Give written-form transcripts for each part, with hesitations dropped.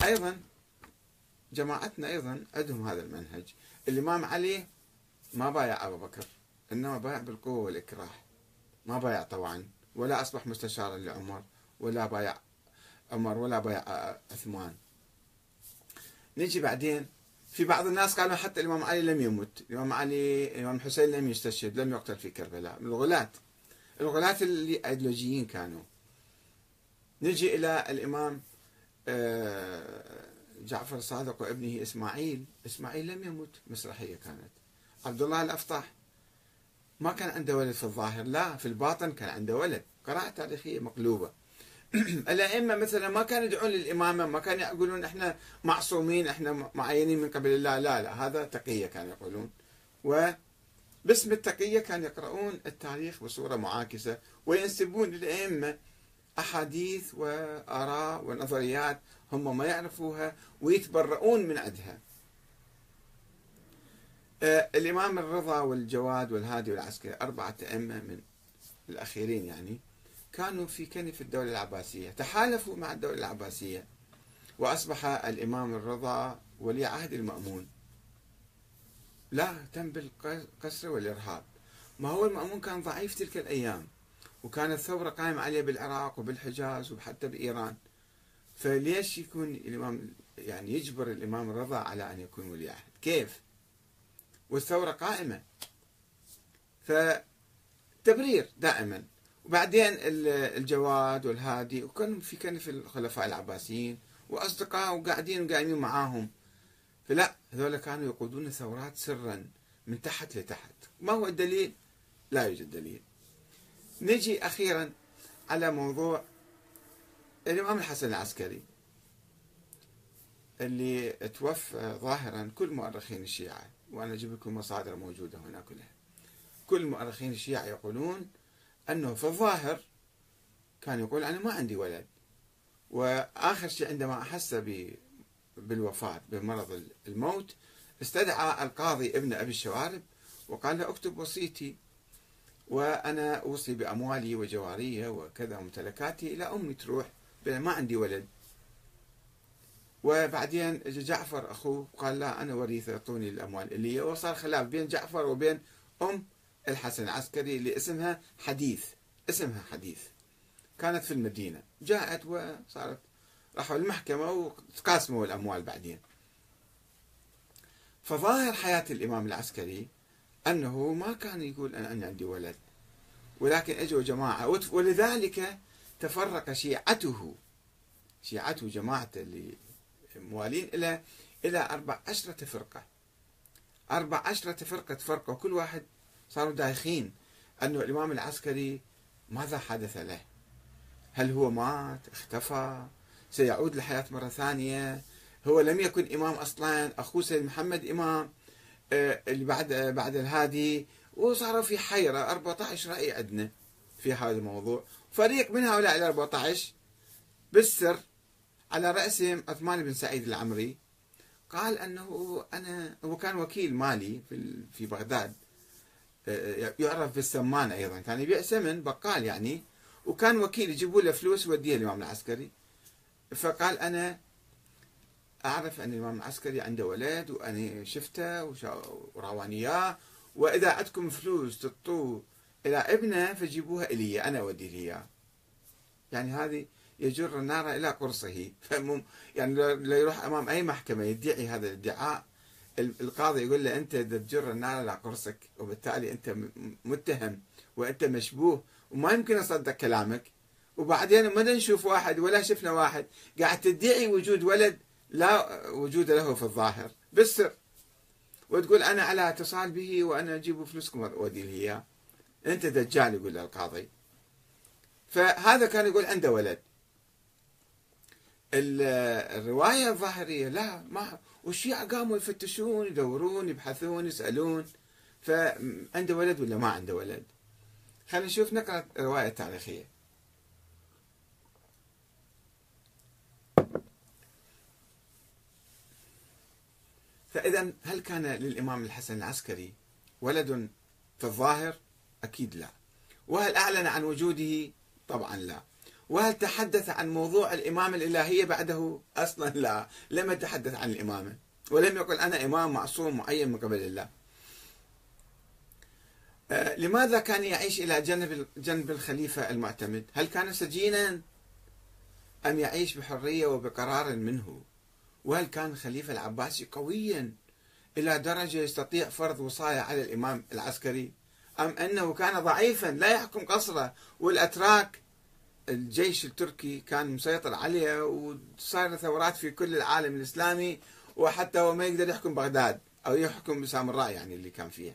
أيضا جماعتنا أيضا عندهم هذا المنهج. الإمام علي ما بايع أبو بكر، إنما بايع بالقوة والإكراه، ما بايع طوعا، ولا أصبح مستشارا لعمر، ولا بايع عمر، ولا بايع عثمان. نجي بعدين في بعض الناس قالوا حتى الإمام علي لم يمت، الإمام الحسين لم يستشهد، لم يقتل في كربلاء. الغلاة اللي أيديولوجيين كانوا. نجي إلى الإمام جعفر الصادق وابنه إسماعيل لم يمت، مسرحية كانت. عبد الله الأفطاح ما كان عنده ولد في الظاهر، لا في الباطن كان عنده ولد. قراءة تاريخية مقلوبة. الأئمة مثلا ما كانوا يدعون للإمامة، ما كانوا يقولون إحنا معصومين، إحنا معينين من قبل الله، لا هذا تقية كانوا يقولون، وباسم التقية كانوا يقرؤون التاريخ بصورة معاكسة، وينسبون للأئمة أحاديث وآراء ونظريات هم ما يعرفوها ويتبرؤون من عندها. الإمام الرضا والجواد والهادي والعسكري، 4 أئمة من الأخيرين يعني، كانوا في كنف الدولة العباسية، تحالفوا مع الدولة العباسية، وأصبح الإمام الرضا ولي عهد المأمون. لا تم بالقسر والإرهاب. ما هو المأمون كان ضعيف تلك الأيام، وكانت ثورة قائمة عليه بالعراق وبالحجاز وحتى بإيران، فليش يكون الإمام يعني يجبر الإمام الرضا على أن يكون ولي عهد؟ كيف؟ والثورة قائمة. فتبرير دائما. وبعدين الجواد والهادي وكانوا في كنف الخلفاء العباسيين وأصدقاء وقاعدين معاهم، فلا هذول كانوا يقودون ثورات سرا من تحت لتحت. ما هو الدليل؟ لا يوجد دليل. نجي أخيرا على موضوع الإمام الحسن العسكري اللي توفى ظاهرا. كل مؤرخين الشيعة، وأنا أجيب لكم مصادر موجودة هنا كلها، كل مؤرخين الشيعة يقولون أنه في الظاهر كان يقول أنا ما عندي ولد، وآخر شيء عندما أحس بالوفاة بمرض الموت استدعى القاضي ابن أبي الشوارب وقال له اكتب وصيتي، وأنا أوصي بأموالي وجوارية وكذا وممتلكاتي إلى أمي تروح، ما عندي ولد. وبعدين جعفر أخوه قال لا أنا وريثة، أعطوني الأموال اللي هي، وصار خلاف بين جعفر وبين أم الحسن العسكري اللي اسمها حديث، كانت في المدينة. جاءت وصارت راحوا المحكمة وتقاسموا الأموال بعدين. فظاهر حياة الإمام العسكري أنه ما كان يقول أنا عندي ولد، ولكن أجوا جماعة، ولذلك تفرق شيعته جماعته اللي موالين إلى 14 فرقة. 14 فرقة تفرقوا، كل واحد صاروا دايخين أنه الإمام العسكري ماذا حدث له؟ هل هو مات؟ اختفى؟ سيعود للحياة مرة ثانية؟ هو لم يكن إمام أصلا، أخوه سيد محمد إمام اللي بعد الهادي. وصاروا في حيرة. 14 رأي عندنا في هذا الموضوع. فريق من هؤلاء ال 14 بالسر على رأسهم عثمان بن سعيد العمري قال أنه هو كان وكيل مالي في بغداد، يعرف بالسمان، أيضا كان يبيع سمن، بقال يعني، وكان وكيل يجيبوا له فلوس يوديها الإمام العسكري. فقال أنا أعرف أن الإمام العسكري عنده ولد وأنا شفته وراواني إياه، وإذا عندكم فلوس تعطوه إلى ابنه فجيبوها إلي أنا أودي له إياه. يعني هذه يجر النار إلى قرصه. يعني لو يروح أمام أي محكمة يدعي هذا الادعاء، القاضي يقول له أنت تجر النار إلى قرصك، وبالتالي أنت متهم وأنت مشبوه وما يمكن أصدق كلامك. وبعدين ما نشوف واحد ولا شفنا واحد قاعد تدعي وجود ولد لا وجود له في الظاهر بالسر، وتقول أنا على اتصال به وأنا أجيب فلوسكم وأودي له إياه. أنت دجال، يقول له القاضي. فهذا كان يقول عنده ولد. الرواية الظاهرية لا، ما، والشيعة قاموا يفتشون يدورون يبحثون يسألون فعنده ولد ولا ما عنده ولد. خلينا نشوف، نقرأ الرواية التاريخية. فإذا هل كان للإمام الحسن العسكري ولد في الظاهر؟ أكيد لا. وهل أعلن عن وجوده؟ طبعا لا. وهل تحدث عن موضوع الإمامة الإلهية بعده؟ أصلا لا، لم يتحدث عن الإمامة، ولم يقل أنا إمام معصوم معين من قبل الله. لماذا كان يعيش إلى جنب الخليفة المعتمد؟ هل كان سجينا أم يعيش بحرية وبقرار منه؟ وهل كان الخليفة العباسي قويا إلى درجة يستطيع فرض وصاية على الإمام العسكري، أم أنه كان ضعيفا لا يحكم قصره، والأتراك الجيش التركي كان مسيطر عليه وصار ثورات في كل العالم الإسلامي، وحتى هو ما يقدر يحكم بغداد أو يحكم سامراء يعني اللي كان فيها.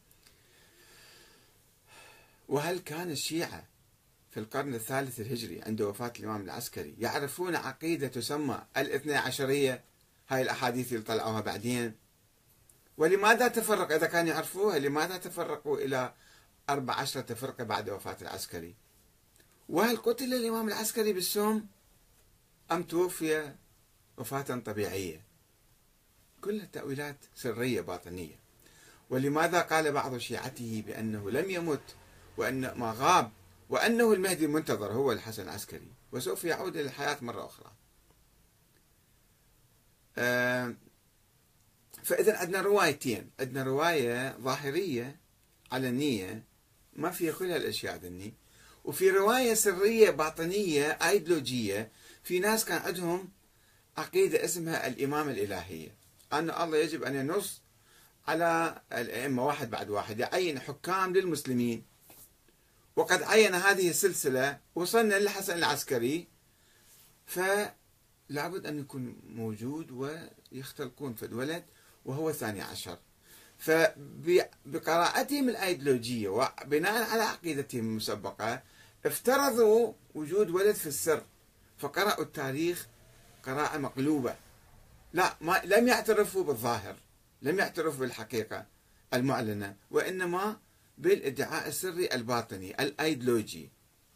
وهل كان الشيعة في القرن الثالث الهجري عند وفاة الإمام العسكري يعرفون عقيدة تسمى الاثني عشرية، هاي الأحاديث اللي طلعوها بعدين؟ ولماذا تفرق؟ إذا كانوا يعرفوها لماذا تفرقوا إلى 14 فرقة بعد وفاة العسكري؟ وهل قتل الإمام العسكري بالسم أم توفي وفاة طبيعية؟ كلها تأويلات سرية باطنية. ولماذا قال بعض شيعته بأنه لم يمت وأن ما غاب وأنه المهدي المنتظر هو الحسن العسكري وسوف يعود إلى الحياة مرة أخرى؟ فإذا عندنا روايتين، عندنا رواية ظاهرية علنية ما فيها كل هالأشياء ذني، وفي رواية سرية باطنية أيديولوجية. في ناس كان عندهم عقيدة اسمها الإمامة الإلهية، أن الله يجب أن ينص على الأئمة واحد بعد واحد، يعين حكام للمسلمين، وقد عين هذه السلسلة وصلنا للحسن العسكري، فلابد أن يكون موجود ويختلقون في الولد وهو 12. فبقراءتهم الأيديولوجية وبناء على عقيدتهم المسبقة افترضوا وجود ولد في السر، فقرأوا التاريخ قراءة مقلوبة. لا، لم يعترفوا بالظاهر، لم يعترفوا بالحقيقة المعلنة، وإنما بالادعاء السري الباطني الأيديولوجي.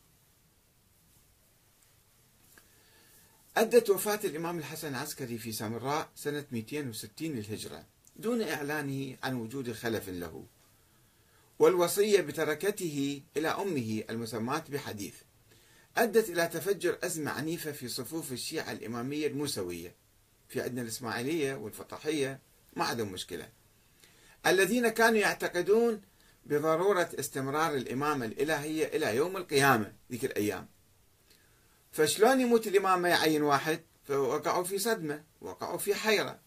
أدت وفاة الإمام الحسن العسكري في سامراء سنة 260 للهجرة دون إعلانه عن وجود خلف له، والوصية بتركته إلى أمه المسماة بحديث أدت إلى تفجر أزمة عنيفة في صفوف الشيعة الإمامية الموسوية. في عندنا الإسماعيلية والفطحية ما عندهم مشكلة، الذين كانوا يعتقدون بضرورة استمرار الإمامة الإلهية إلى يوم القيامة ذيك الأيام. فشلون يموت الإمام ما يعين واحد؟ فوقعوا في صدمة، وقعوا في حيرة،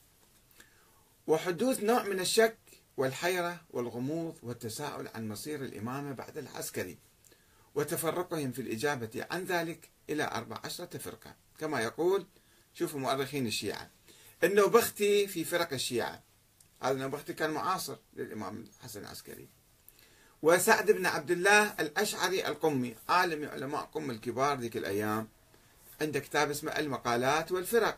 وحدوث نوع من الشك والحيرة والغموض والتساؤل عن مصير الإمامة بعد العسكري، وتفرقهم في الإجابة عن ذلك إلى 14 فرقة، كما يقول شوفوا مؤرخين الشيعة النوبختي في فرق الشيعة. هذا النوبختي كان معاصر للإمام الحسن العسكري. وسعد بن عبد الله الأشعري القمي، عالم من علماء قم الكبار ذيك الأيام، عنده كتاب اسمه المقالات والفرق.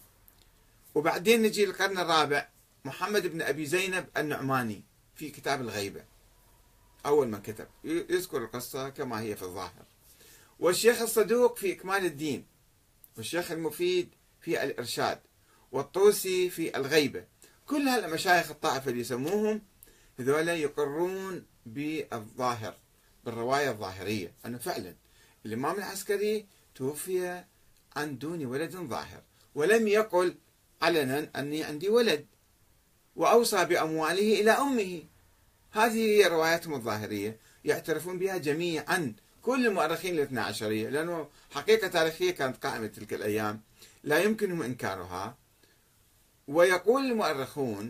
وبعدين نجي القرن الرابع، محمد بن أبي زينب النعماني في كتاب الغيبة، أول من كتب يذكر القصة كما هي في الظاهر. والشيخ الصدوق في إكمال الدين، والشيخ المفيد في الإرشاد، والطوسي في الغيبة. كل هالمشايخ الطائفة اللي يسموهم هذولا يقرون بالظاهر، بالرواية الظاهرية، أنه فعلا الإمام العسكري توفي عن دون ولد ظاهر، ولم يقل علنا أني عندي ولد، وأوصى بأمواله إلى أمه. هذه هي رواياتهم الظاهرية يعترفون بها جميعا كل المؤرخين الاثنى عشرية، لأنه حقيقة تاريخية كانت قائمة تلك الأيام لا يمكنهم إنكارها. ويقول المؤرخون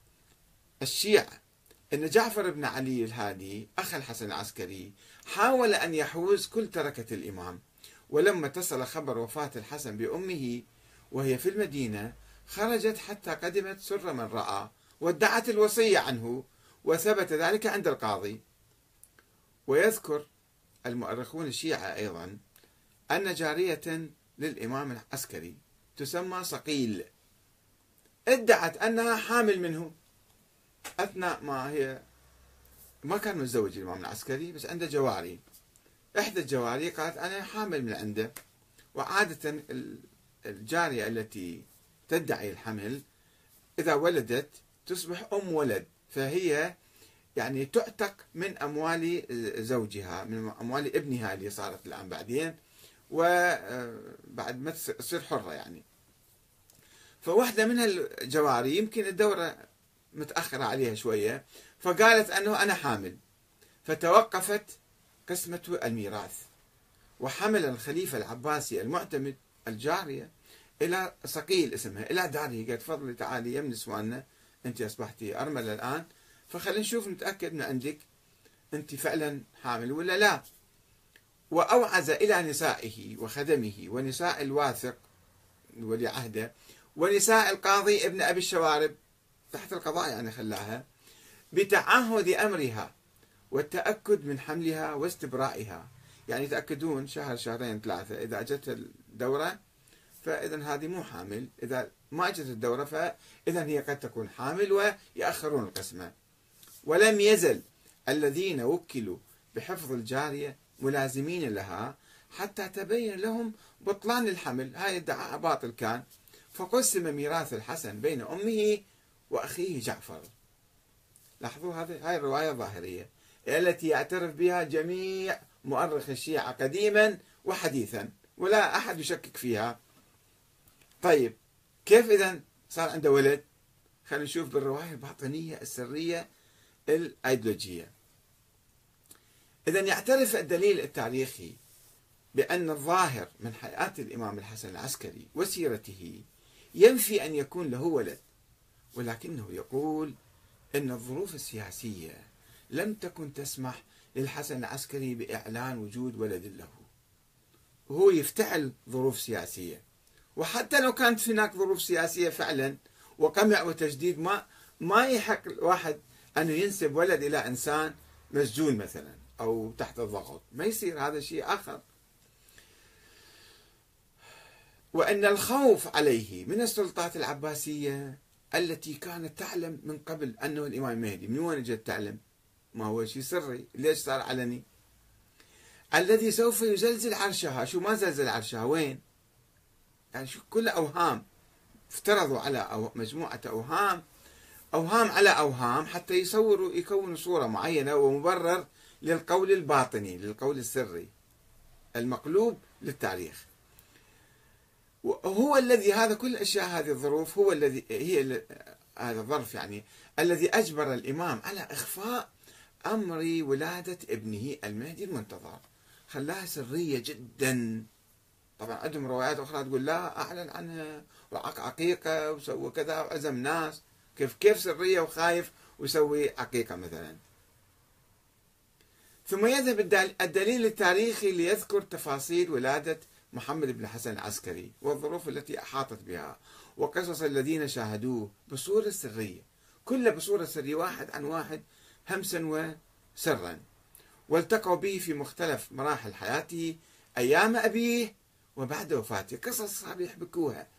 الشيعة أن جعفر بن علي الهادي أخ الحسن العسكري حاول أن يحوز كل تركة الإمام، ولما اتصل خبر وفاة الحسن بأمه وهي في المدينة خرجت حتى قدمت سر من رأى وادعت الوصية عنه، وثبت ذلك عند القاضي. ويذكر المؤرخون الشيعة أيضا أن جارية للإمام العسكري تسمى صقيل ادعت أنها حامل منه أثناء ما هي ما كان متزوج الإمام العسكري، بس عنده جواري. إحدى الجواري قالت أنا حامل من عنده. وعادة الجارية التي تدعي الحمل إذا ولدت تصبح أم ولد، فهي يعني تعتق من أموال زوجها، من أموال ابنها اللي صارت الآن بعدين، وبعد ما تصير حرة يعني. فواحدة من الجواري يمكن الدورة متأخرة عليها شوية، فقالت أنه أنا حامل، فتوقفت قسمة الميراث، وحمل الخليفة العباسي المعتمد الجارية إلى صقيل اسمها، إلى داره، قالت تفضلي تعالي يا من نسواننا، أنت أصبحتي أرملة الآن، فخلينا نشوف نتأكد من عندك أنت فعلا حامل ولا لا. وأوعز إلى نسائه وخدمه ونساء الواثق ولي عهده ونساء القاضي ابن أبي الشوارب تحت القضاء يعني خلاها، بتعهد أمرها والتأكد من حملها واستبرائها، يعني يتأكدون شهر شهرين ثلاثة، إذا أجت الدورة فإذا هذه مو حامل، إذا ما أجت الدورة فإذا هي قد تكون حامل، ويأخرون القسمة. ولم يزل الذين وكلوا بحفظ الجارية ملازمين لها حتى تبين لهم بطلان الحمل، هاي ادعاء باطل كان، فقسم ميراث الحسن بين أمه وأخيه جعفر. لاحظوا هاي الرواية الظاهرية التي يعترف بها جميع مؤرخ الشيعة قديما وحديثا، ولا أحد يشكك فيها. طيب كيف إذا صار عنده ولد؟ خلينا نشوف بالرواية الباطنية السرية الأيديولوجية. إذا يعترف الدليل التاريخي بأن الظاهر من حياة الإمام الحسن العسكري وسيرته ينفي أن يكون له ولد، ولكنه يقول أن الظروف السياسية لم تكن تسمح للحسن العسكري بإعلان وجود ولد له. هو يفتعل ظروف سياسية، وحتى لو كانت هناك ظروف سياسية فعلا وقمع وتجديد، ما يحق الواحد أنه ينسب ولد إلى إنسان مسجون مثلا أو تحت الضغط، ما يصير، هذا شيء آخر. وأن الخوف عليه من السلطات العباسية التي كانت تعلم من قبل أنه الإمام المهدي، من وين جت تعلم؟ ما هو شيء سري، ليش صار علني؟ الذي سوف يزلزل عرشها. شو ما زلزل عرشها؟ وين؟ يعني شو كل أوهام، افترضوا على مجموعة أوهام على أوهام حتى يكونوا صورة معينة ومبرر للقول الباطني، للقول السري المقلوب للتاريخ. وهو الذي، هذا كل الأشياء، هذه الظروف، هو الذي هذا الظرف يعني الذي أجبر الإمام على إخفاء أمر ولادة ابنه المهدي المنتظر، خلاها سرية جدا. طبعا عندهم روايات أخرى تقول لا أعلن عنها وعقيقة وسوى كذا وعزم ناس، كيف سرية وخايف ويسوي عقيقة مثلا. ثم يذهب الدليل التاريخي ليذكر تفاصيل ولادة محمد بن الحسن العسكري والظروف التي أحاطت بها وقصص الذين شاهدوه بصورة سرية، كله بصورة سرية، واحد عن واحد، همسا وسرا، والتقوا به في مختلف مراحل حياته أيام أبيه وبعد وفاته. قصص صار يحبكوها